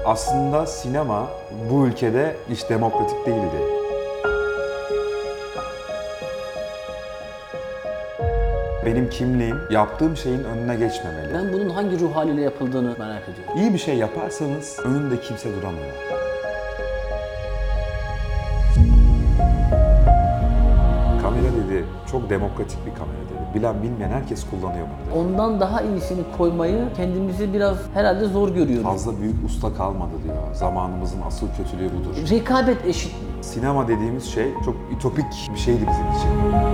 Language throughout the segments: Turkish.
Aslında sinema bu ülkede hiç demokratik değildi. Benim kimliğim yaptığım şeyin önüne geçmemeli. Ben bunun hangi ruh haliyle yapıldığını merak ediyorum. İyi bir şey yaparsanız önünde kimse duramıyor. Kamera dedi, çok demokratik bir kamera dedi. Bilen bilmeyen herkes kullanıyor bunu dedi. Ondan daha iyisini koymayı kendimizi biraz herhalde zor görüyoruz. Fazla büyük usta kalmadı diyor. Zamanımızın asıl kötülüğü budur. Rekabet eşit mi? Sinema dediğimiz şey çok ütopik bir şeydi bizim için.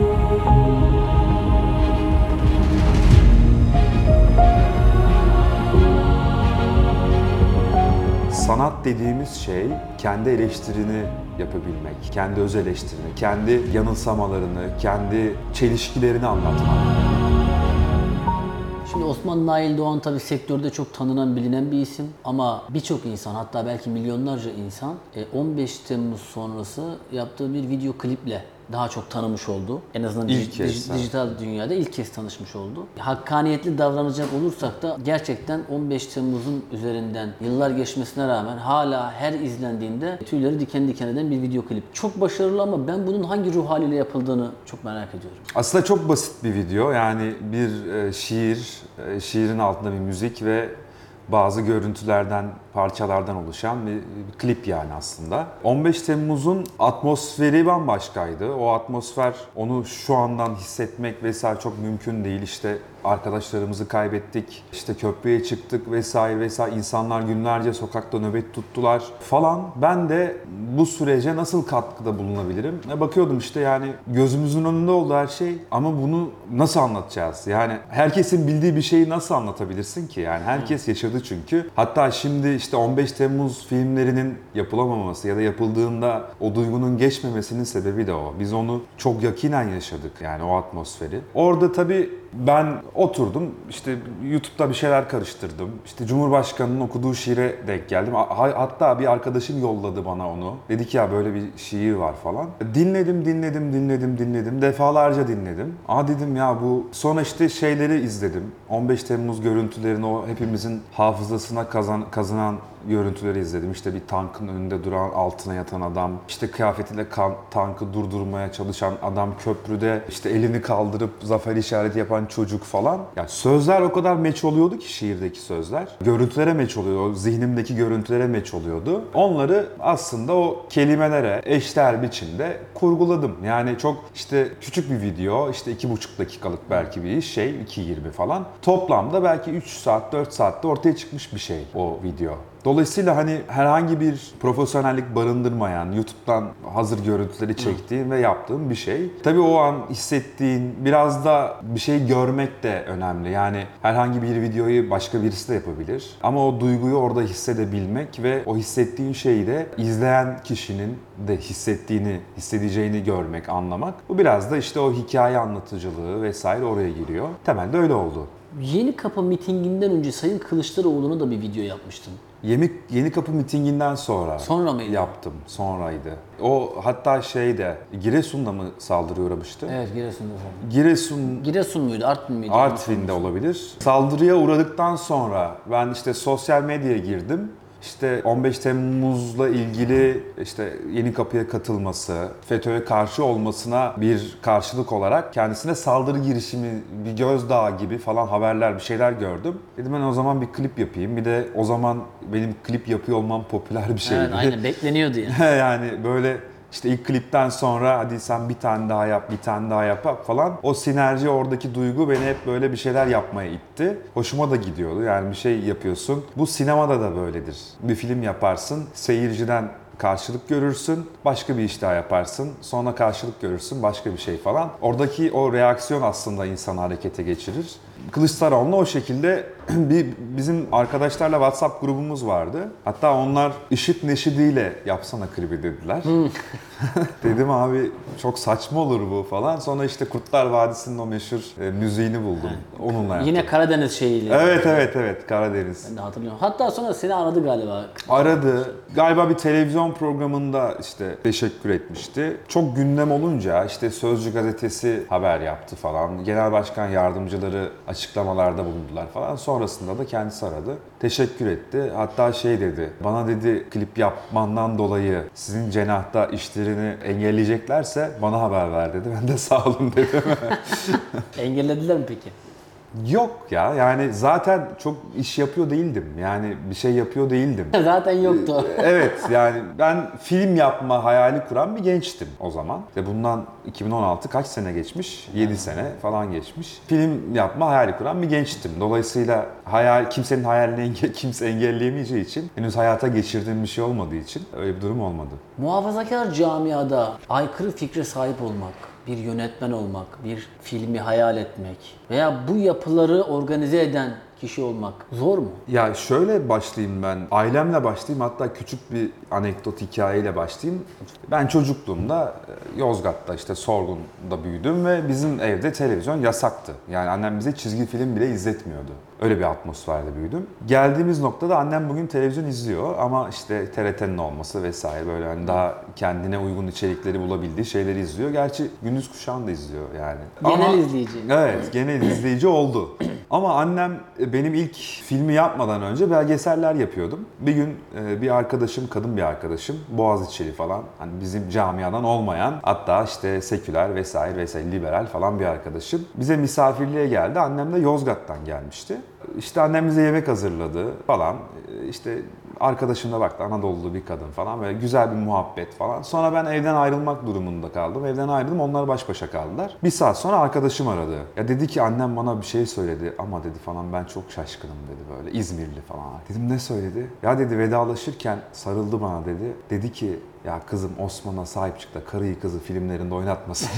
Sanat dediğimiz şey kendi eleştirini yapabilmek, kendi öz eleştirini, kendi yanılsamalarını, kendi çelişkilerini anlatmak. Şimdi Osman Nail Doğan tabii sektörde çok tanınan, bilinen bir isim ama birçok insan, hatta belki milyonlarca insan 15 Temmuz sonrası yaptığı bir video kliple daha çok tanımış oldu. En azından dijital dünyada ilk kez tanışmış oldu. Hakkaniyetli davranacak olursak da gerçekten 15 Temmuz'un üzerinden yıllar geçmesine rağmen hala her izlendiğinde tüyleri diken diken eden bir video klip. Çok başarılı ama ben bunun hangi ruh haliyle yapıldığını çok merak ediyorum. Aslında çok basit bir video. Yani bir şiirin altında bir müzik ve bazı görüntülerden, parçalardan oluşan bir klip yani aslında. 15 Temmuz'un atmosferi bambaşkaydı. O atmosfer, onu şu andan hissetmek vesaire çok mümkün değil. İşte arkadaşlarımızı kaybettik, işte köprüye çıktık vesaire vesaire. İnsanlar günlerce sokakta nöbet tuttular falan. Ben de bu sürece nasıl katkıda bulunabilirim? Bakıyordum işte yani gözümüzün önünde oldu her şey ama bunu nasıl anlatacağız? Yani herkesin bildiği bir şeyi nasıl anlatabilirsin ki? Yani herkes yaşadı çünkü. Hatta şimdi işte 15 Temmuz filmlerinin yapılamaması ya da yapıldığında o duygunun geçmemesinin sebebi de o. Biz onu çok yakinen yaşadık yani o atmosferi. Orada tabii ben oturdum, işte YouTube'da bir şeyler karıştırdım. İşte Cumhurbaşkanı'nın okuduğu şiire denk geldim. Hatta bir arkadaşım yolladı bana onu. Dedi ki ya böyle bir şiir var falan. Dinledim. Defalarca dinledim. Dedim ya bu... Sonra işte şeyleri izledim. 15 Temmuz görüntülerini, o hepimizin hafızasına kazanan görüntüleri izledim. İşte bir tankın önünde duran, altına yatan adam, işte kıyafetiyle tankı durdurmaya çalışan adam, köprüde işte elini kaldırıp zafer işareti yapan çocuk falan. Ya sözler o kadar meç oluyordu ki, şiirdeki sözler. Görüntülere meç oluyordu, zihnimdeki görüntülere meç oluyordu. Onları aslında o kelimelere eşdeğer biçimde kurguladım. Yani çok işte küçük bir video, işte 2,5 dakikalık belki bir şey, 2.20 falan. Toplamda belki 3 saat, 4 saatte ortaya çıkmış bir şey o video. Dolayısıyla hani herhangi bir profesyonellik barındırmayan, YouTube'dan hazır görüntüleri çektiğim ve yaptığım bir şey. Tabii o an hissettiğin, biraz da bir şey görmek de önemli. Yani herhangi bir videoyu başka birisi de yapabilir. Ama o duyguyu orada hissedebilmek ve o hissettiğin şeyi de izleyen kişinin de hissedeceğini görmek, anlamak. Bu biraz da işte o hikaye anlatıcılığı vesaire oraya giriyor. Temelde öyle oldu. Yenikapı mitinginden önce Sayın Kılıçdaroğlu'na da bir video yapmıştın. Yenikapı mitinginden sonra mıydı? yaptım. Sonraydı. O hatta Giresun'da mı saldırıya uğramıştı? Evet, Giresun'da. Giresun muydu, Artvin miydi? Artvin'de olabilir. Saldırıya uğradıktan sonra ben işte sosyal medyaya girdim. İşte 15 Temmuz'la ilgili işte Yenikapı'ya katılması, FETÖ'ye karşı olmasına bir karşılık olarak kendisine saldırı girişimi, bir gözdağı gibi falan haberler, bir şeyler gördüm. Dedim ben o zaman bir klip yapayım. Bir de o zaman benim klip yapıyor olmam popüler bir şeydi. Evet, aynen bekleniyordu yani. Yani böyle işte ilk klipten sonra hadi sen bir tane daha yap falan. O sinerji, oradaki duygu beni hep böyle bir şeyler yapmaya itti. Hoşuma da gidiyordu. Yani bir şey yapıyorsun. Bu sinemada da böyledir. Bir film yaparsın, seyirciden karşılık görürsün, başka bir iş daha yaparsın, sonra karşılık görürsün, başka bir şey falan. Oradaki o reaksiyon aslında insanı harekete geçirir. Kılıçdaroğlu'na o şekilde bizim arkadaşlarla WhatsApp grubumuz vardı. Hatta onlar IŞİD neşidiyle yapsana klibi dediler. Dedim abi çok saçma olur bu falan. Sonra işte Kurtlar Vadisi'nin o meşhur müziğini buldum. Onunla yaptım. Yine Karadeniz şeyiyle. Evet Karadeniz. Ben de hatırlıyorum. Hatta sonra seni aradı galiba. Aradı. Galiba bir televizyon programında işte teşekkür etmişti. Çok gündem olunca işte Sözcü gazetesi haber yaptı falan. Genel başkan yardımcıları açıklamalarda bulundular falan. Sonra Sonrasında da kendisi aradı. Teşekkür etti. Hatta şey dedi, bana dedi klip yapmandan dolayı sizin cenahta işlerini engelleyeceklerse bana haber ver dedi. Ben de sağ olun dedim. Engellediler mi peki? Yok ya, yani zaten çok iş yapıyor değildim. Yani bir şey yapıyor değildim. Zaten yoktu. Evet, yani ben film yapma hayali kuran bir gençtim o zaman. Ve bundan 2016 kaç sene geçmiş? 7 sene falan geçmiş. Film yapma hayali kuran bir gençtim. Dolayısıyla kimsenin hayalini kimse engelleyemeyeceği için, henüz hayata geçirdiğim bir şey olmadığı için öyle bir durum olmadı. Muhafazakar camiada aykırı fikre sahip olmak, bir yönetmen olmak, bir filmi hayal etmek veya bu yapıları organize eden kişi olmak zor mu? Ya şöyle başlayayım ben. Ailemle başlayayım. Hatta küçük bir anekdot hikayeyle başlayayım. Ben çocukluğumda Yozgat'ta işte Sorgun'da büyüdüm ve bizim evde televizyon yasaktı. Yani annem bize çizgi film bile izletmiyordu. Öyle bir atmosferde büyüdüm. Geldiğimiz noktada annem bugün televizyon izliyor ama işte TRT'nin olması vesaire böyle hani daha kendine uygun içerikleri bulabildiği şeyleri izliyor. Gerçi gündüz kuşağını da izliyor yani. Genel izleyici. Evet, genel izleyici oldu. Ama annem benim ilk filmi yapmadan önce belgeseller yapıyordum. Bir gün bir arkadaşım, kadın bir arkadaşım, Boğaziçi'li falan, hani bizim camiadan olmayan, hatta işte seküler vesaire liberal falan bir arkadaşım bize misafirliğe geldi. Annem de Yozgat'tan gelmişti. İşte annem bize yemek hazırladı falan. İşte arkadaşım da baktı, Anadolu'lu bir kadın falan, böyle güzel bir muhabbet falan. Sonra ben evden ayrılmak durumunda kaldım. Evden ayrıldım, onlar baş başa kaldılar. Bir saat sonra arkadaşım aradı. Ya dedi ki annem bana bir şey söyledi ama dedi falan, ben çok şaşkınım dedi, böyle İzmirli falan. Dedim ne söyledi? Ya dedi vedalaşırken sarıldı bana dedi. Dedi ki ya kızım Osman'a sahip çık da karıyı kızı filmlerinde oynatmasın.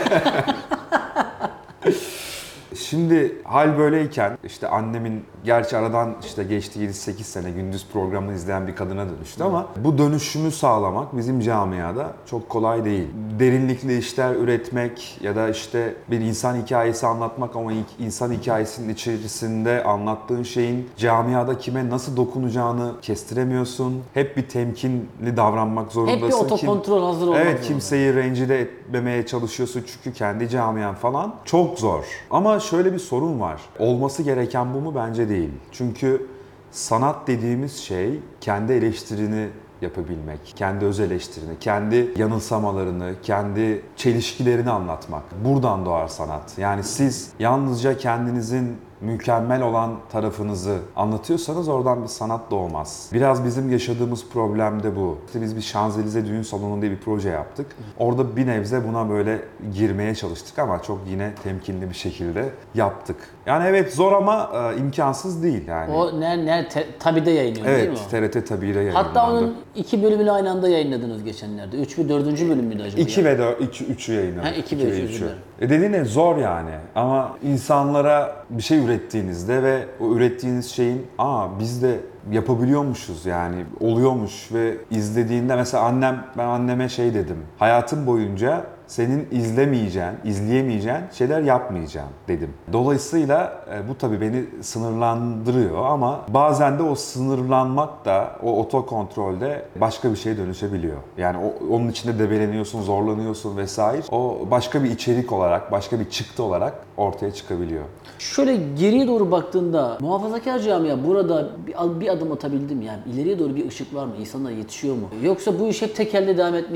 Şimdi hal böyleyken işte annemin, gerçi aradan işte geçti 7-8 sene, gündüz programını izleyen bir kadına dönüştü ama bu dönüşümü sağlamak bizim camiada çok kolay değil. Derinlikli işler üretmek ya da işte bir insan hikayesi anlatmak ama insan hikayesinin içerisinde anlattığın şeyin camiada kime nasıl dokunacağını kestiremiyorsun. Hep bir temkinli davranmak zorundasın. Hep bir otokontrol hazır olmak Evet, zorunda. kimseyi rencide etmemeye çalışıyorsun çünkü kendi camian falan. Çok zor. Ama şöyle bir sorun var. Olması gereken bu mu? Bence değil. Çünkü sanat dediğimiz şey kendi eleştirini yapabilmek, kendi öz eleştirini, kendi yanılsamalarını, kendi çelişkilerini anlatmak. Buradan doğar sanat. Yani siz yalnızca kendinizin mükemmel olan tarafınızı anlatıyorsanız oradan bir sanat doğmaz. Biraz bizim yaşadığımız problem de bu. İşte biz bir Şanzelize Düğün Salonu diye bir proje yaptık. Orada bir nebze buna böyle girmeye çalıştık ama çok yine temkinli bir şekilde yaptık. Yani evet zor ama imkansız değil yani. O Tabi'de yayınlıyor değil mi o? Evet, TRT Tabi'yle yayınlandı. Hatta onun 2 bölümünü aynı anda yayınladınız geçenlerde. 3 ve 4. bölüm müydü acaba? 2 ve 3'ü yayınladık. Ha, 2 ve 3 özür dilerim. Dediğin ne zor yani ama insanlara bir şey ürettiğinizde ve o ürettiğiniz şeyin biz de yapabiliyormuşuz yani oluyormuş ve izlediğinde mesela ben anneme şey dedim. Hayatım boyunca senin izleyemeyeceğin şeyler yapmayacağım dedim. Dolayısıyla bu tabii beni sınırlandırıyor ama bazen de o sınırlanmak da o otokontrolde başka bir şeye dönüşebiliyor. Yani onun içinde debeleniyorsun, zorlanıyorsun vesaire. O başka bir içerik olarak, başka bir çıktı olarak ortaya çıkabiliyor. Şöyle geriye doğru baktığında muhafazakar camia burada bir adım atabildim yani. İleriye doğru bir ışık var mı? İnsanlar yetişiyor mu? Yoksa bu iş hep tekelle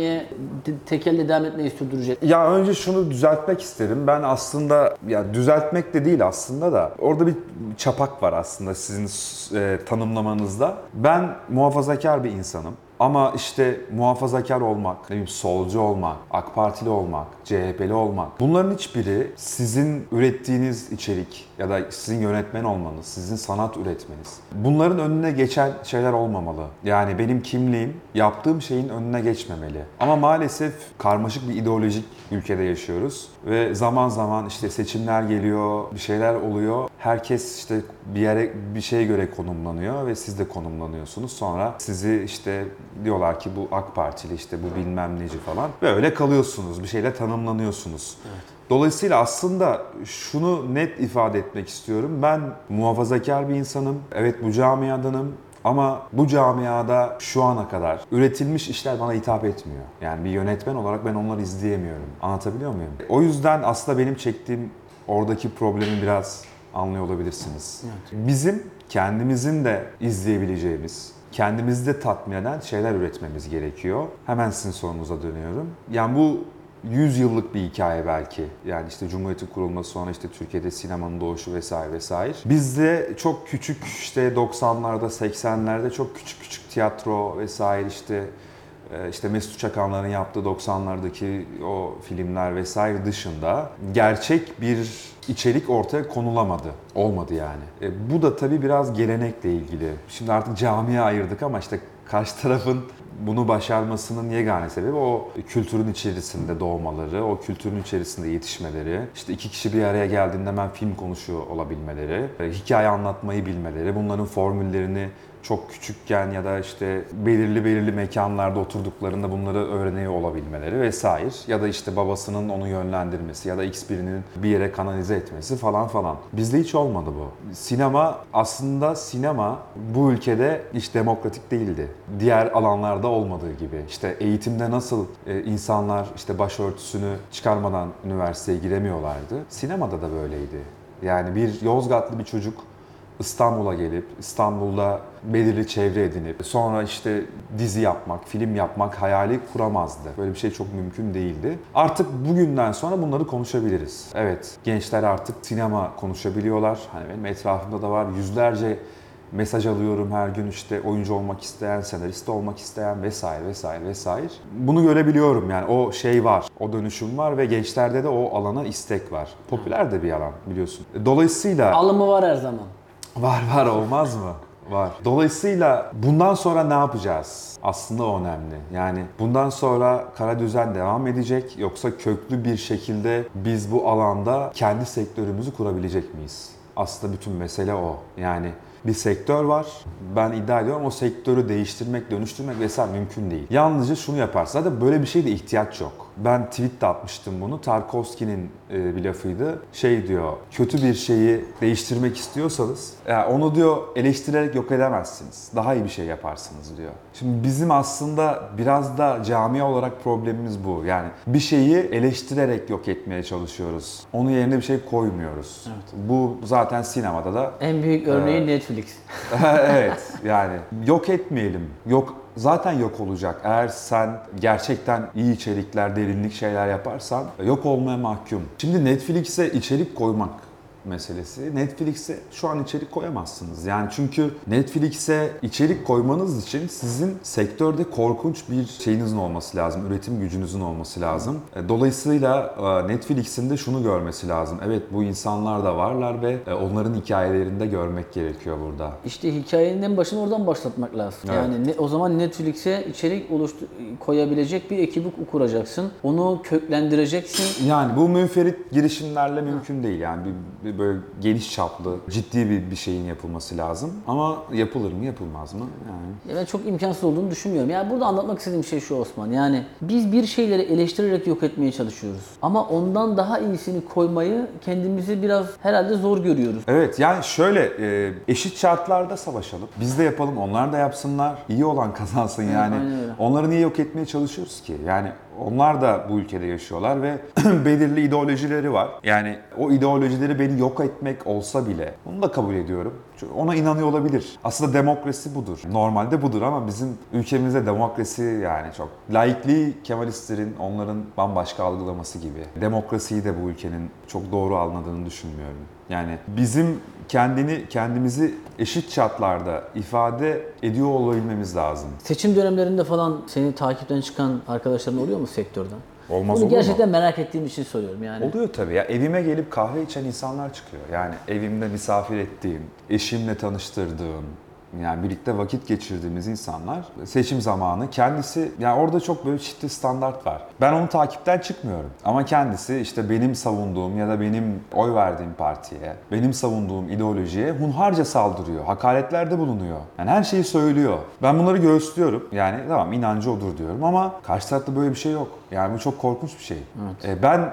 devam etmeyi sürdürecek. Ya önce şunu düzeltmek isterim. Ben aslında ya düzeltmek de değil aslında da orada bir çapak var aslında sizin tanımlamanızda. Ben muhafazakar bir insanım. Ama işte muhafazakar olmak, ne bileyim solcu olmak, AK Partili olmak, CHP'li olmak, bunların hiçbiri sizin ürettiğiniz içerik ya da sizin yönetmen olmanız, sizin sanat üretmeniz. Bunların önüne geçen şeyler olmamalı. Yani benim kimliğim yaptığım şeyin önüne geçmemeli. Ama maalesef karmaşık bir ideolojik ülkede yaşıyoruz ve zaman zaman işte seçimler geliyor, bir şeyler oluyor. Herkes işte bir şeye göre konumlanıyor ve siz de konumlanıyorsunuz. Sonra sizi işte diyorlar ki bu AK Partili, işte bu bilmem neci falan. Ve öyle kalıyorsunuz, bir şeyle tanımlanıyorsunuz. Evet. Dolayısıyla aslında şunu net ifade etmek istiyorum. Ben muhafazakar bir insanım. Evet bu camiadanım. Ama bu camiada şu ana kadar üretilmiş işler bana hitap etmiyor. Yani bir yönetmen olarak ben onları izleyemiyorum. Anlatabiliyor muyum? O yüzden aslında benim çektiğim oradaki problemi biraz anlıyor olabilirsiniz. Bizim kendimizin de izleyebileceğimiz, kendimizi de tatmin eden şeyler üretmemiz gerekiyor. Hemen sizin sorunuza dönüyorum. Yani bu 100 yıllık bir hikaye belki. Yani işte Cumhuriyet'in kurulması, sonra işte Türkiye'de sinemanın doğuşu vesaire vesaire. Bizde çok küçük işte 90'larda 80'lerde çok küçük küçük tiyatro vesaire işte Mesut Çakanların yaptığı 90'lardaki o filmler vesaire dışında gerçek bir içerik ortaya konulamadı. Olmadı yani. Bu da tabii biraz gelenekle ilgili. Şimdi artık camiye ayırdık ama işte karşı tarafın bunu başarmasının yegane sebebi o kültürün içerisinde doğmaları, o kültürün içerisinde yetişmeleri, işte iki kişi bir araya geldiğinde hemen film konuşuyor olabilmeleri, hikaye anlatmayı bilmeleri, bunların formüllerini çok küçükken ya da işte belirli mekanlarda oturduklarında bunları öğreniyor olabilmeleri vesaire. Ya da işte babasının onu yönlendirmesi ya da X birinin bir yere kanalize etmesi falan falan. Bizde hiç olmadı bu. Sinema bu ülkede hiç demokratik değildi. Diğer alanlarda olmadığı gibi. İşte eğitimde nasıl insanlar işte başörtüsünü çıkarmadan üniversiteye giremiyorlardı. Sinemada da böyleydi. Yani bir Yozgatlı bir çocuk İstanbul'a gelip, İstanbul'da belirli çevre edinip, sonra işte dizi yapmak, film yapmak hayali kuramazdı. Böyle bir şey çok mümkün değildi. Artık bugünden sonra bunları konuşabiliriz. Evet, gençler artık sinema konuşabiliyorlar. Hani benim etrafımda da var yüzlerce mesaj alıyorum her gün, işte oyuncu olmak isteyen, senarist olmak isteyen vesaire vesaire vesaire. Bunu görebiliyorum, yani o şey var, o dönüşüm var ve gençlerde de o alana istek var. Popüler de bir alan biliyorsun. Dolayısıyla... Alımı var her zaman. Var olmaz mı? Var. Dolayısıyla bundan sonra ne yapacağız? Aslında o önemli. Yani bundan sonra kara düzen devam edecek, yoksa köklü bir şekilde biz bu alanda kendi sektörümüzü kurabilecek miyiz? Aslında bütün mesele o. Yani bir sektör var. Ben iddia ediyorum o sektörü değiştirmek, dönüştürmek vesaire mümkün değil. Yalnızca şunu yaparsa da böyle bir şeye de ihtiyaç yok. Ben tweet'te atmıştım bunu. Tarkovski'nin bir lafıydı. Şey diyor, kötü bir şeyi değiştirmek istiyorsanız onu diyor eleştirerek yok edemezsiniz. Daha iyi bir şey yaparsınız diyor. Şimdi bizim aslında biraz da camia olarak problemimiz bu. Yani bir şeyi eleştirerek yok etmeye çalışıyoruz. Onun yerine bir şey koymuyoruz. Evet. Bu zaten sinemada da... En büyük örneği Netflix. Evet, yani yok etmeyelim. Zaten yok olacak. Eğer sen gerçekten iyi içerikler, derinlik şeyler yaparsan yok olmaya mahkum. Şimdi Netflix'e içerik koymak meselesi. Netflix'e şu an içerik koyamazsınız. Yani çünkü Netflix'e içerik koymanız için sizin sektörde korkunç bir şeyinizin olması lazım. Üretim gücünüzün olması lazım. Dolayısıyla Netflix'in de şunu görmesi lazım. Evet, bu insanlar da varlar ve onların hikayelerini de görmek gerekiyor burada. İşte hikayenin en başını oradan başlatmak lazım. Evet. Yani o zaman Netflix'e içerik koyabilecek bir ekibi kuracaksın. Onu köklendireceksin. Yani bu münferit girişimlerle mümkün değil. Yani bir böyle geniş çaplı, ciddi bir şeyin yapılması lazım. Ama yapılır mı, yapılmaz mı? Yani. Ben çok imkansız olduğunu düşünmüyorum. Yani burada anlatmak istediğim şey şu Osman. Yani biz bir şeyleri eleştirerek yok etmeye çalışıyoruz. Ama ondan daha iyisini koymayı kendimizi biraz herhalde zor görüyoruz. Evet, yani şöyle eşit şartlarda savaşalım. Biz de yapalım, onlar da yapsınlar. İyi olan kazansın yani. Onları niye yok etmeye çalışıyoruz ki? Yani onlar da bu ülkede yaşıyorlar ve belirli ideolojileri var. Yani o ideolojileri beni yok etmek olsa bile bunu da kabul ediyorum. Çünkü ona inanıyor olabilir. Aslında demokrasi budur. Normalde budur ama bizim ülkemizde demokrasi yani çok. Laikliği Kemalistlerin, onların bambaşka algılaması gibi. Demokrasiyi de bu ülkenin çok doğru anladığını düşünmüyorum. Yani bizim kendimizi eşit şartlarda ifade ediyor olabilmemiz lazım. Seçim dönemlerinde falan seni takipten çıkan arkadaşların oluyor mu sektörden? Olmaz Bunu olur gerçekten mu? merak ettiğim için soruyorum yani. Oluyor tabii ya. Evime gelip kahve içen insanlar çıkıyor. Yani evimde misafir ettiğim, eşimle tanıştırdığım, yani birlikte vakit geçirdiğimiz insanlar seçim zamanı kendisi, yani orada çok böyle ciddi standart var. Ben onu takipten çıkmıyorum. Ama kendisi işte benim savunduğum ya da benim oy verdiğim partiye, benim savunduğum ideolojiye hunharca saldırıyor. Hakaretlerde bulunuyor. Yani her şeyi söylüyor. Ben bunları göğüslüyorum. Yani tamam, inancı odur diyorum ama karşı tarafta böyle bir şey yok. Yani bu çok korkunç bir şey. Evet. Ben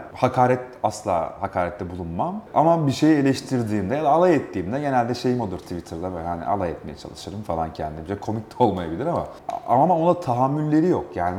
asla hakarette bulunmam. Ama bir şeyi eleştirdiğimde ya da alay ettiğimde genelde şeyim odur Twitter'da, böyle hani alay etmeye çalışırım falan kendimce. Komik de olmayabilir ama ona tahammülleri yok. Yani bu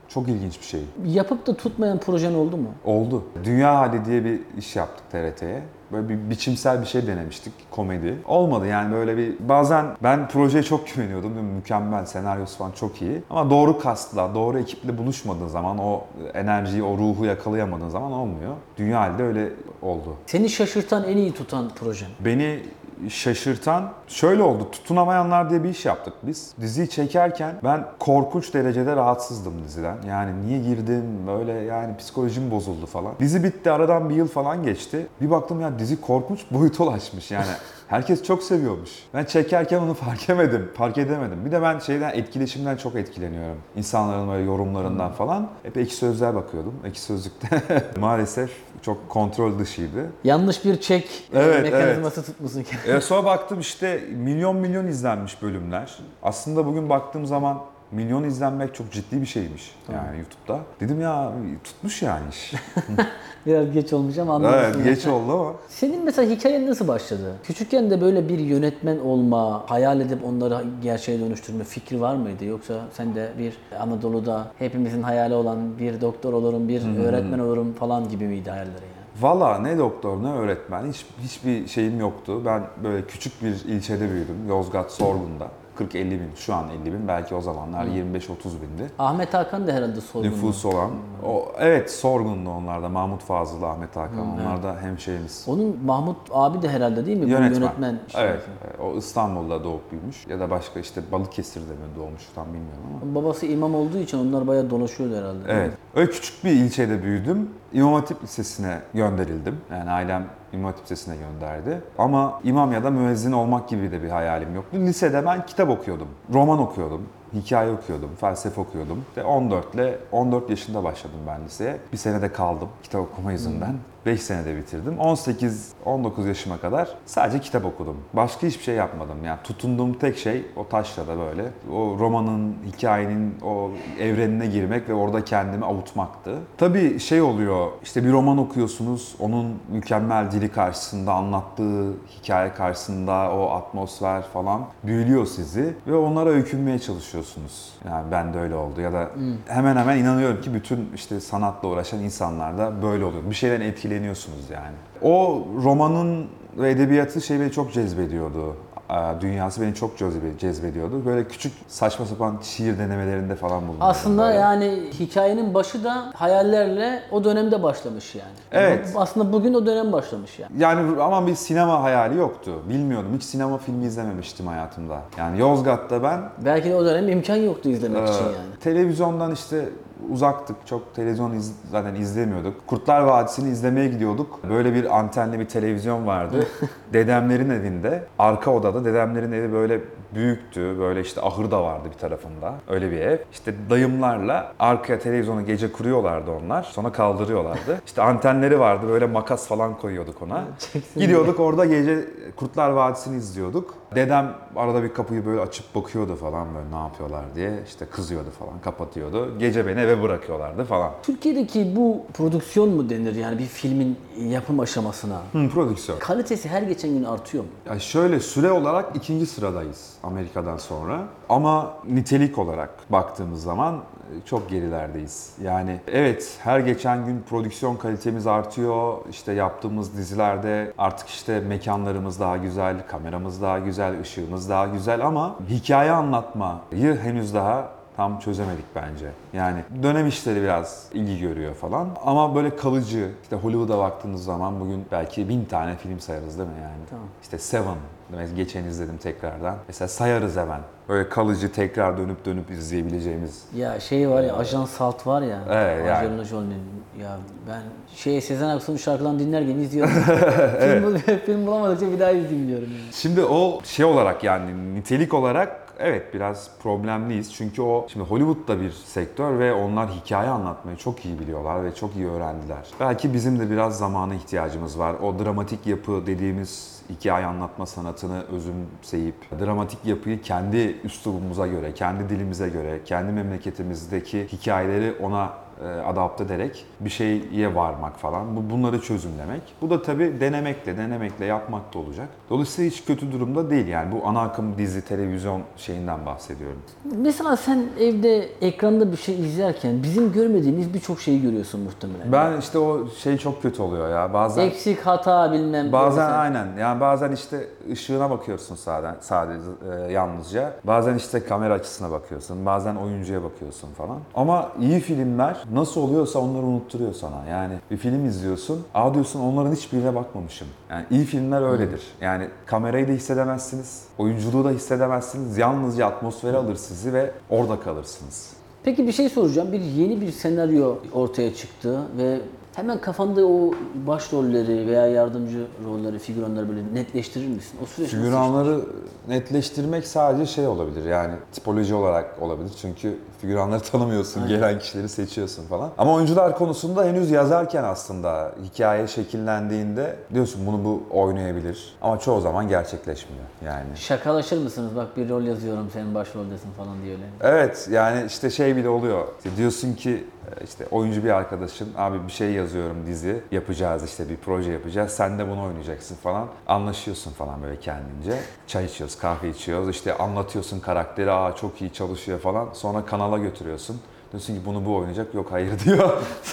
Çok ilginç bir şey. Yapıp da tutmayan projen oldu mu? Oldu. Dünya Hali diye bir iş yaptık TRT'ye. Böyle bir biçimsel bir şey denemiştik, komedi. Olmadı yani, böyle bir bazen ben projeye çok güveniyordum. Değil mi? Mükemmel, senaryosu falan çok iyi. Ama doğru kastla, doğru ekiple buluşmadığın zaman, o enerjiyi, o ruhu yakalayamadığın zaman olmuyor. Dünya Hali'de öyle oldu. Seni şaşırtan, en iyi tutan projen? Beni şaşırtan şöyle oldu. Tutunamayanlar diye bir iş yaptık biz. Diziyi çekerken ben korkunç derecede rahatsızdım diziden. Yani niye girdim böyle, yani psikolojim bozuldu falan. Dizi bitti, aradan bir yıl falan geçti. Bir baktım ya, dizi korkunç boyuta ulaşmış yani. Herkes çok seviyormuş. Ben çekerken onu fark edemedim. Bir de ben etkileşimden çok etkileniyorum. İnsanların böyle yorumlarından falan. Hep Ekşi Sözlüğe bakıyordum. Ekşi Sözlük'te maalesef çok kontrol dışıydı. Yanlış bir çek mekanizması tutmuşsun. Sonra baktım işte milyon izlenmiş bölümler. Aslında bugün baktığım zaman milyon izlenmek çok ciddi bir şeymiş yani YouTube'da. Dedim ya, tutmuş yani iş. Biraz geç olmuş ama anlamışsın. Evet, geç oldu ama. Senin mesela hikayen nasıl başladı? Küçükken de böyle bir yönetmen olma, hayal edip onları gerçeğe dönüştürme fikri var mıydı? Yoksa sen de bir Anadolu'da hepimizin hayali olan bir doktor olurum, bir öğretmen olurum falan gibi miydi hayalleri yani? Valla ne doktor ne öğretmen, hiçbir şeyim yoktu. Ben böyle küçük bir ilçede büyüdüm, Yozgat Sorgun'da. 40-50 bin, şu an 50 bin, belki o zamanlar 25-30 bindi. Ahmet Hakan da herhalde sorgunlu. Nüfusu olan. Evet, Sorgunlu onlar da. Mahmut Fazıl, Ahmet Hakan, onlar da hemşehrimiz. Onun Mahmut abi de herhalde değil mi? Bu Yönetmen. şey. Evet, o İstanbul'da doğup büyümüş. Ya da başka işte Balıkesir'de mi doğmuş tam bilmiyorum ama. Babası imam olduğu için onlar bayağı dolaşıyordu herhalde. Evet. Öyle küçük bir ilçede büyüdüm. İmam Hatip Lisesi'ne gönderildim. Yani ailem İmam Hatip Lisesi'ne gönderdi. Ama imam ya da müezzin olmak gibi de bir hayalim yoktu. Lisede ben kitap okuyordum. Roman okuyordum. Hikaye okuyordum, felsefe okuyordum. 14 yaşında başladım ben liseye. Bir senede kaldım kitap okuma yüzünden. 5 senede bitirdim. 18-19 yaşıma kadar sadece kitap okudum. Başka hiçbir şey yapmadım. Yani tutunduğum tek şey o taşrada böyle. O romanın, hikayenin o evrenine girmek ve orada kendimi avutmaktı. Tabii şey oluyor, işte bir roman okuyorsunuz, onun mükemmel dili karşısında, anlattığı hikaye karşısında o atmosfer falan büyülüyor sizi ve onlara öykünmeye çalışıyorsunuz. Yani ben de öyle oldu ya da hemen hemen inanıyorum ki bütün işte sanatla uğraşan insanlar da böyle oluyor. Bir şeyden etkileniyorsunuz yani. O romanın ve edebiyatı beni çok cezbediyordu. Dünyası beni çok cezbediyordu. Böyle küçük saçma sapan şiir denemelerinde falan bulundum. Aslında böyle. yani hikayenin başı da hayallerle o dönemde başlamış yani. Evet. Aslında bugün o dönem başlamış yani. Yani ama bir sinema hayali yoktu. Bilmiyordum. Hiç sinema filmi izlememiştim hayatımda. Yani Yozgat'ta ben Belki de o dönem imkan yoktu izlemek için yani. televizyondan işte uzaktık. Çok televizyon zaten izlemiyorduk. Kurtlar Vadisi'ni izlemeye gidiyorduk. Böyle bir antenli bir televizyon vardı. Dedemlerin evinde. Arka odada. Dedemlerin evi böyle büyüktü. Böyle işte ahır da vardı bir tarafında. Öyle bir ev. İşte dayımlarla arkaya televizyonu gece kuruyorlardı onlar. Sonra kaldırıyorlardı. İşte antenleri vardı. Böyle makas falan koyuyorduk ona. Gidiyorduk orada gece Kurtlar Vadisi'ni izliyorduk. Dedem arada bir kapıyı böyle açıp bakıyordu falan, böyle ne yapıyorlar diye. İşte kızıyordu falan, kapatıyordu. Gece beni eve bırakıyorlardı falan. Türkiye'deki bu prodüksiyon mu denir yani bir filmin yapım aşamasına? Prodüksiyon. Kalitesi her geçen gün artıyor mu? Ya şöyle, süre olarak 2. sıradayız Amerika'dan sonra. Ama nitelik olarak baktığımız zaman çok gerilerdeyiz. Yani evet, her geçen gün prodüksiyon kalitemiz artıyor. İşte yaptığımız dizilerde artık işte mekanlarımız daha güzel, kameramız daha güzel, ışığımız daha güzel ama hikaye anlatmayı henüz daha tam çözemedik bence. Yani dönem işleri biraz ilgi görüyor falan ama böyle kalıcı, işte Hollywood'a baktığınız zaman bugün belki 1000 tane film sayarız değil mi yani? Tamam. İşte Seven, geçen izledim tekrardan. Mesela sayarız hemen. Böyle kalıcı, tekrar dönüp izleyebileceğimiz. Ya şey var ya, Ajan Salt var ya. Evet, yani. Angelina Jolie'nin. Ya ben Sezen Aksu'nun şarkılarını dinlerken izliyorum. Film bulamadıkça bir daha izleyeyim diyorum yani. Şimdi o şey olarak, yani nitelik olarak evet biraz problemliyiz. Çünkü o şimdi Hollywood'da bir sektör ve onlar hikaye anlatmayı çok iyi biliyorlar ve çok iyi öğrendiler. Belki bizim de biraz zamana ihtiyacımız var. O dramatik yapı dediğimiz hikaye anlatma sanatını özümseyip dramatik yapıyı kendi üslubumuza göre, kendi dilimize göre, kendi memleketimizdeki hikayeleri ona adapte ederek bir şeye varmak falan. Bunları çözümlemek. Bu da tabii denemekle yapmak da olacak. Dolayısıyla hiç kötü durumda değil yani. Bu ana akım dizi, televizyon şeyinden bahsediyorum. Mesela sen evde ekranda bir şey izlerken bizim görmediğimiz birçok şeyi görüyorsun muhtemelen. Ben işte o şey çok kötü oluyor ya. Bazen Eksik, hata bilmem. bazen mesela. aynen. Yani bazen işte ışığına bakıyorsun sadece yalnızca. Bazen işte kamera açısına bakıyorsun. Bazen oyuncuya bakıyorsun falan. Ama iyi filmler nasıl oluyorsa onları unutturuyor sana. Yani bir film izliyorsun. Aa diyorsun onların hiçbirine bakmamışım. Yani iyi filmler öyledir. Yani kamerayı da hissedemezsiniz. Oyunculuğu da hissedemezsiniz. Yalnızca atmosferi alır sizi ve orada kalırsınız. Peki bir şey soracağım. Yeni bir senaryo ortaya çıktı ve hemen kafanda o başrolleri veya yardımcı rolleri, figüranları böyle netleştirir misin? O süreç nasıl Figüranları netleştirmek sadece şey olabilir yani tipoloji olarak olabilir çünkü figüranları tanımıyorsun, Aynen. gelen kişileri seçiyorsun falan. Ama oyuncular konusunda henüz yazarken aslında hikaye şekillendiğinde diyorsun bunu bu oynayabilir ama çoğu zaman gerçekleşmiyor yani. şakalaşır mısınız? Bak bir rol yazıyorum, senin başroldesin falan diye öyle. Evet yani işte şey bile oluyor. İşte diyorsun ki işte oyuncu bir arkadaşın abi bir şey yazıyorum dizi yapacağız işte bir proje yapacağız sen de bunu oynayacaksın falan. Anlaşıyorsun falan böyle kendince. Çay içiyoruz, kahve içiyoruz işte anlatıyorsun karakteri aa çok iyi çalışıyor falan. Sonra kanala götürüyorsun. Diyorsun ki bunu bu oynayacak yok hayır diyor.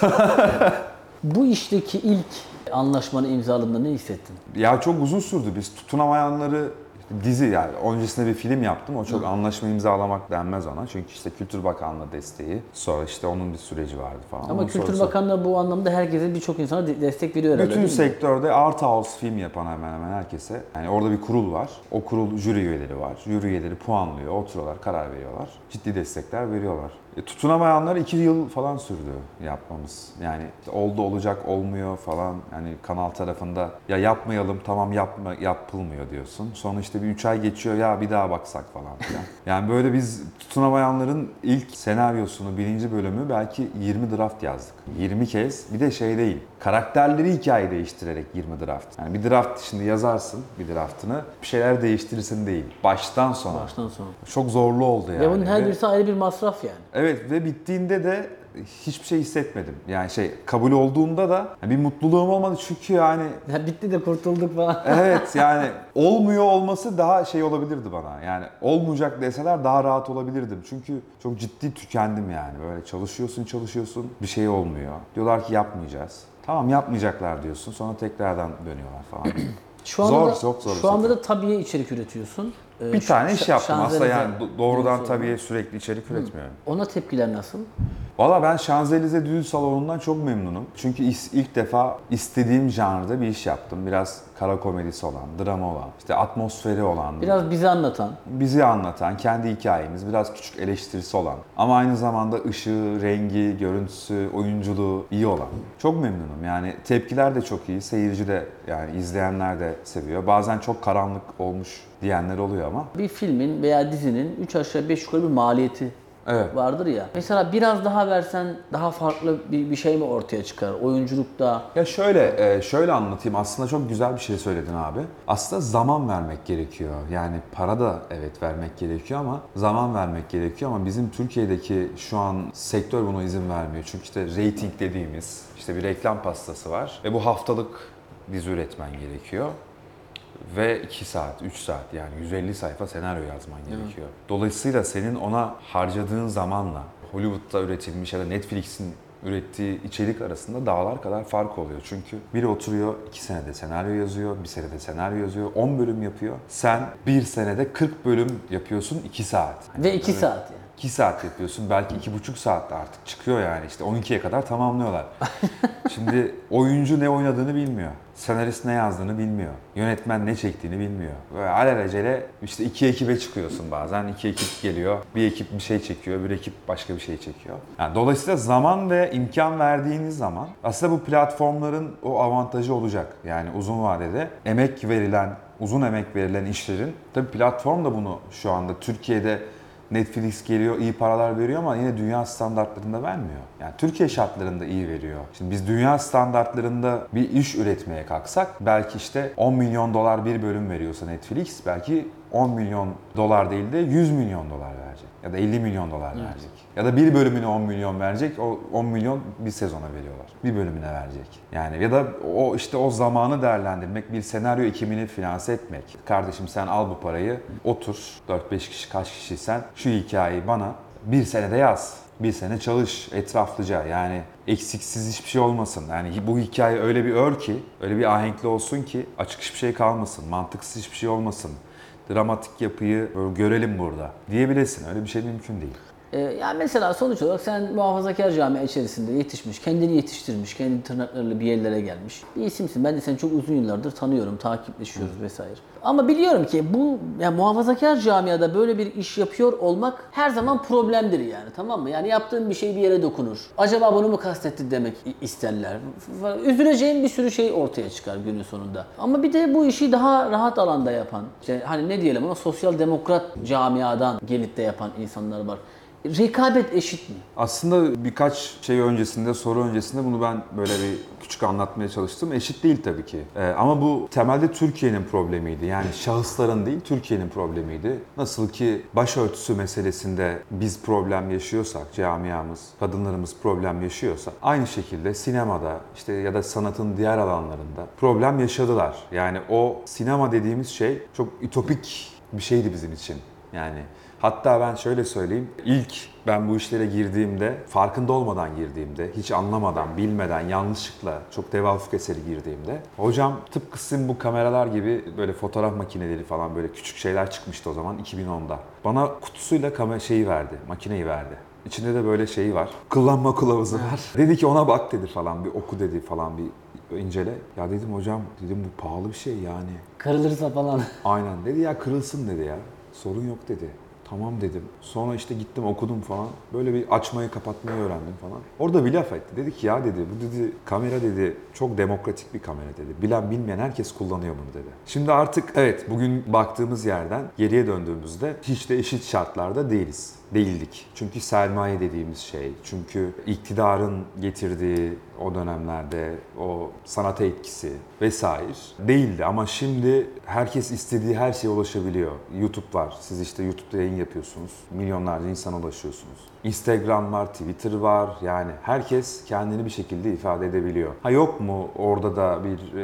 Bu işteki ilk anlaşmanı imzaladığında ne hissettin? Ya çok uzun sürdü biz tutunamayanları dizi yani öncesinde bir film yaptım. O çok anlaşma imzalamak denmez ona. Çünkü işte Kültür Bakanlığı desteği. Sonra işte onun bir süreci vardı falan. Ama Onun Kültür sonrası- Bakanlığı bu anlamda herkese, birçok insana destek veriyor herhalde, Bütün değil mi? sektörde art house film yapan hemen hemen herkese. Yani orada bir kurul var. O kurul jüri üyeleri var. Jüri üyeleri puanlıyor, oturuyorlar, karar veriyorlar. Ciddi destekler veriyorlar. Tutunamayanlar 2 yıl falan sürdü yapmamız. Yani işte oldu olacak olmuyor falan. Yani kanal tarafında ya yapmayalım tamam yapılmıyor diyorsun. Sonra işte bir 3 ay geçiyor ya bir daha baksak falan filan. Yani böyle biz tutunamayanların ilk senaryosunu birinci bölümü belki 20 draft yazdık. 20 kez bir de şey değil. Karakterleri hikaye değiştirerek 20 draft. Yani bir draft şimdi yazarsın bir draftını bir şeyler değiştirirsin değil. Baştan sona. Baştan sona. Çok zorlu oldu yani. Ve bunun her Ve- birisi ayrı bir masraf yani. Evet ve bittiğinde de hiçbir şey hissetmedim. Yani kabul olduğunda da bir mutluluğum olmadı çünkü yani Ya bitti de kurtulduk falan. evet yani olmuyor olması daha şey olabilirdi bana. Yani olmayacak deseler daha rahat olabilirdim. Çünkü çok ciddi tükendim yani. Böyle çalışıyorsun bir şey olmuyor. Diyorlar ki yapmayacağız. Tamam yapmayacaklar diyorsun sonra tekrardan dönüyorlar falan. Şu anda Çok zor bir Şu anda sektör. da tabiye içerik üretiyorsun. Bir tane iş yaptım aslında yani doğrudan diyorsun. tabii sürekli içerik üretmiyorum. Ona tepkiler nasıl? Valla ben Şanzelize Düğün Salonu'ndan çok memnunum. Çünkü ilk defa istediğim janrda bir iş yaptım. Biraz kara komedisi olan, drama olan, işte atmosferi olan, Biraz bizi anlatan. bizi anlatan, kendi hikayemiz, biraz küçük eleştirisi olan ama aynı zamanda ışığı, rengi, görüntüsü, oyunculuğu iyi olan. Çok memnunum. Yani tepkiler de çok iyi, seyirci de yani izleyenler de seviyor. Bazen çok karanlık olmuş diyenler oluyor ama. Bir filmin veya dizinin 3 aşağı 5 yukarı bir maliyeti Evet. vardır ya. Mesela biraz daha versen daha farklı bir şey mi ortaya çıkar? Oyunculukta. Ya şöyle anlatayım. Aslında çok güzel bir şey söyledin abi. Aslında zaman vermek gerekiyor. Yani para da evet vermek gerekiyor ama zaman vermek gerekiyor ama bizim Türkiye'deki şu an sektör buna izin vermiyor. Çünkü işte rating dediğimiz işte bir reklam pastası var ve bu haftalık dizi üretmen gerekiyor. Ve 2 saat, 3 saat yani 150 sayfa senaryo yazman gerekiyor. Dolayısıyla senin ona harcadığın zamanla Hollywood'da üretilmiş ya da Netflix'in ürettiği içerik arasında dağlar kadar fark oluyor. Çünkü biri oturuyor 2 senede senaryo yazıyor, 1 senede senaryo yazıyor, 10 bölüm yapıyor. Sen 1 senede 40 bölüm yapıyorsun 2 saat. Ve 2 saat yani. 2 saat yapıyorsun, belki 2,5 saatte artık çıkıyor yani işte 12'ye kadar tamamlıyorlar. Şimdi oyuncu ne oynadığını bilmiyor. Senarist ne yazdığını bilmiyor. Yönetmen ne çektiğini bilmiyor. Böyle alelacele işte 2 ekibe çıkıyorsun bazen. 2 ekip geliyor. Bir ekip bir şey çekiyor, bir ekip başka bir şey çekiyor. Yani dolayısıyla zaman ve imkan verdiğiniz zaman aslında bu platformların o avantajı olacak. Yani uzun vadede uzun emek verilen işlerin tabii platform da bunu şu anda Türkiye'de Netflix geliyor, iyi paralar veriyor ama yine dünya standartlarında vermiyor. Yani Türkiye şartlarında iyi veriyor. Şimdi biz dünya standartlarında bir iş üretmeye kalksak belki işte 10 milyon dolar bir bölüm veriyorsa Netflix belki 10 milyon dolar değil de 100 milyon dolar verecek. Ya da 50 milyon dolar verecek. Ya da bir bölümüne 10 milyon verecek. O 10 milyon bir sezona veriyorlar. Bir bölümüne verecek. Yani ya da o işte o zamanı değerlendirmek, bir senaryo ekimini finanse etmek. Kardeşim sen al bu parayı, otur. 4-5 kişi kaç kişiysen şu hikayeyi bana bir senede yaz. Bir sene çalış etraflıca, yani eksiksiz hiçbir şey olmasın. Yani bu hikaye öyle bir ör ki, öyle bir ahenkli olsun ki açık hiçbir şey kalmasın, mantıksız hiçbir şey olmasın. Dramatik yapıyı görelim burada diyebilirsin. Öyle bir şey mümkün değil. Yani mesela sonuç olarak sen muhafazakar camia içerisinde yetişmiş, kendini yetiştirmiş, kendi tırnaklarıyla bir yerlere gelmiş bir isimsin. Ben de seni çok uzun yıllardır tanıyorum, takipleşiyoruz vesaire. Ama biliyorum ki bu yani muhafazakar camiada böyle bir iş yapıyor olmak her zaman problemdir yani, tamam mı? Yani yaptığın bir şey bir yere dokunur. Acaba bunu mu kastetti demek isterler. Üzüleceğin bir sürü şey ortaya çıkar günün sonunda. Ama bir de bu işi daha rahat alanda yapan, işte hani ne diyelim ona, sosyal demokrat camiadan gelip de yapan insanlar var. Rekabet eşit mi? Aslında birkaç şey öncesinde, soru öncesinde bunu ben böyle bir küçük anlatmaya çalıştım. Eşit değil tabii ki. Ama bu temelde Türkiye'nin problemiydi. Yani şahısların değil, Türkiye'nin problemiydi. Nasıl ki başörtüsü meselesinde biz problem yaşıyorsak, camiamız, kadınlarımız problem yaşıyorsa, aynı şekilde sinemada işte ya da sanatın diğer alanlarında problem yaşadılar. Yani o sinema dediğimiz şey çok ütopik bir şeydi bizim için. Yani hatta ben şöyle söyleyeyim, ilk ben bu işlere girdiğimde, farkında olmadan girdiğimde, hiç anlamadan, bilmeden, yanlışlıkla, çok tevafuk eseri girdiğimde, hocam tıpkı sizin bu kameralar gibi böyle fotoğraf makineleri falan böyle küçük şeyler çıkmıştı o zaman 2010'da. Bana kutusuyla makineyi verdi. İçinde de böyle şeyi var, kullanma kılavuzu var. Dedi ki ona bak dedi falan, bir oku dedi falan, bir incele. Ya dedim hocam, dedim bu pahalı bir şey yani. Kırılırsa falan. Aynen dedi ya, kırılsın dedi ya. Sorun yok dedi. Tamam dedim. Sonra işte gittim okudum falan. Böyle bir açmayı kapatmayı öğrendim falan. Orada bir laf etti. Dedi ki ya dedi, bu dedi kamera dedi çok demokratik bir kamera dedi. Bilen bilmeyen herkes kullanıyor bunu dedi. Şimdi artık evet, bugün baktığımız yerden geriye döndüğümüzde hiç de eşit şartlarda değildik. Çünkü sermaye dediğimiz şey, çünkü iktidarın getirdiği o dönemlerde o sanata etkisi vesaire değildi. Ama şimdi herkes istediği her şeye ulaşabiliyor. YouTube var. Siz işte YouTube'da yayın yapıyorsunuz. Milyonlarca insana ulaşıyorsunuz. Instagram var, Twitter var. Yani herkes kendini bir şekilde ifade edebiliyor. Ha yok mu orada da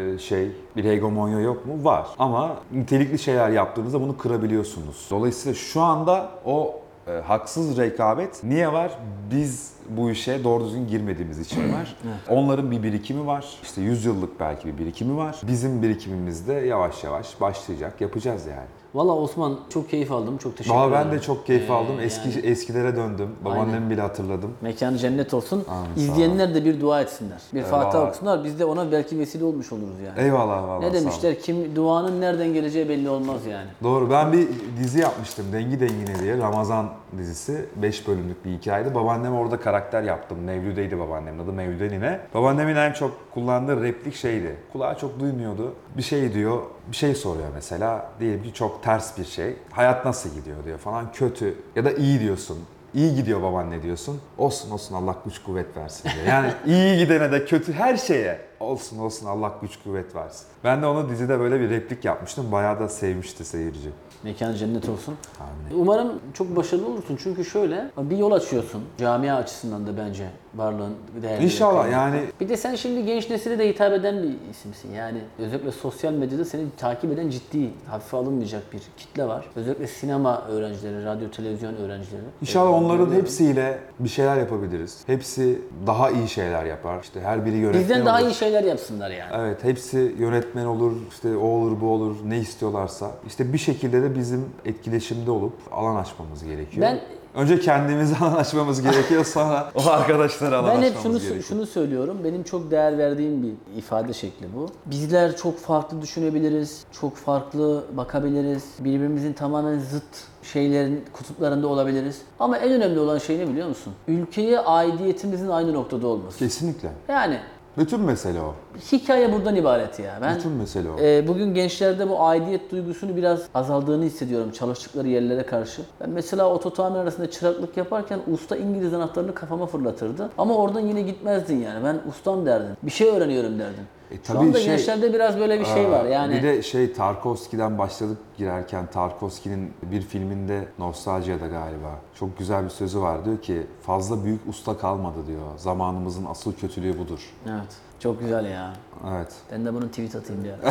bir hegemonya yok mu? Var. Ama nitelikli şeyler yaptığınızda bunu kırabiliyorsunuz. Dolayısıyla şu anda o haksız rekabet niye var? Biz bu işe doğru düzgün girmediğimiz için var. Onların bir birikimi var. İşte 100 yıllık belki bir birikimi var. Bizim birikimimiz de yavaş yavaş başlayacak. Yapacağız yani. Valla Osman, çok keyif aldım. Çok teşekkür ederim. Valla ben de çok keyif aldım. Yani Eskilere döndüm. Babaannemi bile hatırladım. mekanı cennet olsun. Amin, İzleyenler de bir dua etsinler. Bir Fatiha Eyvallah. okusunlar. Biz de ona belki vesile olmuş oluruz yani. Eyvallah valla. Ne demişler? Kim duanın nereden geleceği belli olmaz yani. Doğru. Ben bir dizi yapmıştım. Dengi Dengine diye. Ramazan dizisi. 5 bölümlük bir hikayeydi. Babaannem orada karakter yaptım. Mevlüde'ydi babaannemin adı. Mevlüde Nine. Babaannemin en çok kullandığı replik şeydi. Kulağı çok duymuyordu. Bir şey diyor. Bir şey soruyor mesela. Diyelim ki çok ters bir şey. Hayat nasıl gidiyor diyor falan. Kötü ya da iyi diyorsun. İyi gidiyor babaanne diyorsun. Olsun olsun Allah güç kuvvet versin diyor. Yani iyi gidene de kötü her şeye olsun olsun Allah güç kuvvet versin. Ben de onu dizide böyle bir replik yapmıştım. Bayağı da sevmişti seyirci. Mekanı cennet olsun. Amin. Umarım çok başarılı olursun. Çünkü şöyle bir yol açıyorsun. Camia açısından da bence varlığın değerli. İnşallah yani. Bir de sen şimdi genç nesile de hitap eden bir isimsin. Yani özellikle sosyal medyada seni takip eden ciddi, hafife alınmayacak bir kitle var. Özellikle sinema öğrencileri, radyo, televizyon öğrencileri. İnşallah onların hepsiyle bir şeyler yapabiliriz. Hepsi daha iyi şeyler yapar. İşte her biri yönetmen Bizden daha olur. iyi şeyler yapsınlar yani. Evet, hepsi yönetmen olur, işte o olur, bu olur, ne istiyorlarsa. İşte bir şekilde de bizim etkileşimde olup alan açmamız gerekiyor. Önce kendimize alan açmamız gerekiyor, sonra o arkadaşlara alan Ben hep açmamız gerekiyor. şunu söylüyorum. Benim çok değer verdiğim bir ifade şekli bu. Bizler çok farklı düşünebiliriz, çok farklı bakabiliriz. Birbirimizin tamamen zıt şeylerin kutuplarında olabiliriz. Ama en önemli olan şey ne biliyor musun? Ülkeye aidiyetimizin aynı noktada olması. Kesinlikle. Yani Bütün mesele o. hikaye buradan ibaret ya. Bütün mesele o. Bugün gençlerde bu aidiyet duygusunu biraz azaldığını hissediyorum çalıştıkları yerlere karşı. Ben mesela ototamir arasında çıraklık yaparken usta İngiliz anahtarını kafama fırlatırdı. Ama oradan yine gitmezdin yani. Ben ustam derdin. Bir şey öğreniyorum derdin. Şu anda gençlerde biraz böyle bir şey var yani. Bir de Tarkovski'den başladık girerken, Tarkovski'nin bir filminde, Nostaljia'da galiba, çok güzel bir sözü var. Diyor ki fazla büyük usta kalmadı diyor. Zamanımızın asıl kötülüğü budur. Evet. Çok güzel ya. Evet. Ben de bunun tweet atayım diye.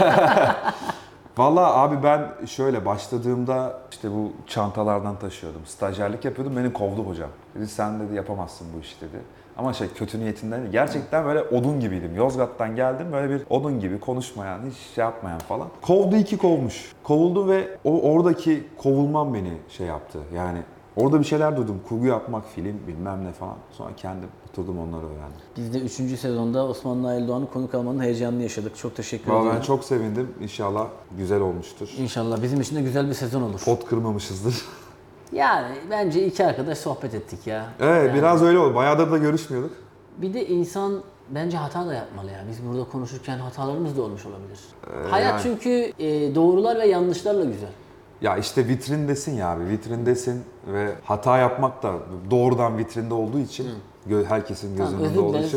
Vallahi abi ben şöyle başladığımda işte bu çantalardan taşıyordum. Stajyerlik yapıyordum. Beni kovdu hocam. Dedi sen dedi yapamazsın bu işi dedi. Ama kötü niyetinden değil. Gerçekten böyle odun gibiydim. Yozgat'tan geldim böyle bir odun gibi konuşmayan, hiç şey yapmayan falan. Kovdu, iki kovmuş. Kovuldu ve oradaki kovulmam beni şey yaptı. Yani orada bir şeyler duydum. Kurgu yapmak, film bilmem ne falan. Sonra kendim oturdum onları öğrendim. Biz de 3. sezonda Osman Nail Doğan'ı konuk almanın heyecanını yaşadık. Çok teşekkür Vallahi ediyorum. ben çok sevindim. İnşallah güzel olmuştur. İnşallah bizim için de güzel bir sezon olur. Pot kırmamışızdır. Yani bence iki arkadaş sohbet ettik ya. Evet Yani biraz öyle oldu. Bayağıdır da görüşmüyorduk. bir de insan bence hata da yapmalı ya. Biz burada konuşurken hatalarımız da olmuş olabilir. Hayat yani. çünkü doğrular ve yanlışlarla güzel. Ya işte vitrindesin ya abi. Vitrindesin ve hata yapmak da doğrudan vitrinde olduğu için herkesin göz önünde Özür olduğu dileriz. için.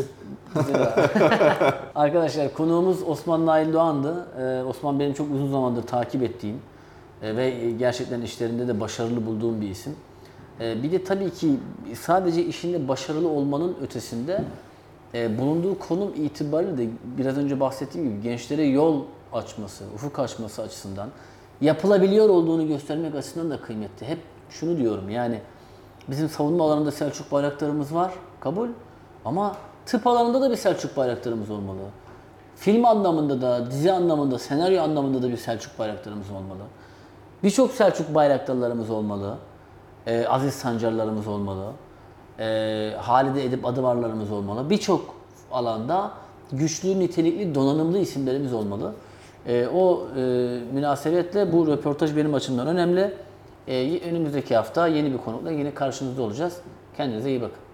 Arkadaşlar konuğumuz Osman Nail Doğan'dı. Osman benim çok uzun zamandır takip ettiğim ve gerçekten işlerinde de başarılı bulduğum bir isim. Bir de tabii ki sadece işinde başarılı olmanın ötesinde bulunduğu konum itibariyle de biraz önce bahsettiğim gibi gençlere yol açması, ufuk açması açısından yapılabiliyor olduğunu göstermek açısından da kıymetli. Hep şunu diyorum yani bizim savunma alanında Selçuk bayraklarımız var, kabul. Ama tıp alanında da bir Selçuk bayraklarımız olmalı. Film anlamında da, dizi anlamında, senaryo anlamında da bir Selçuk bayraklarımız olmalı. Birçok Selçuk bayraktarlarımız olmalı. Aziz Sancarlarımız olmalı. Halide Edip Adıvarlarımız olmalı. Birçok alanda güçlü, nitelikli, donanımlı isimlerimiz olmalı. O münasebetle bu röportaj benim açımdan önemli. Önümüzdeki hafta yeni bir konukla yine karşınızda olacağız. Kendinize iyi bakın.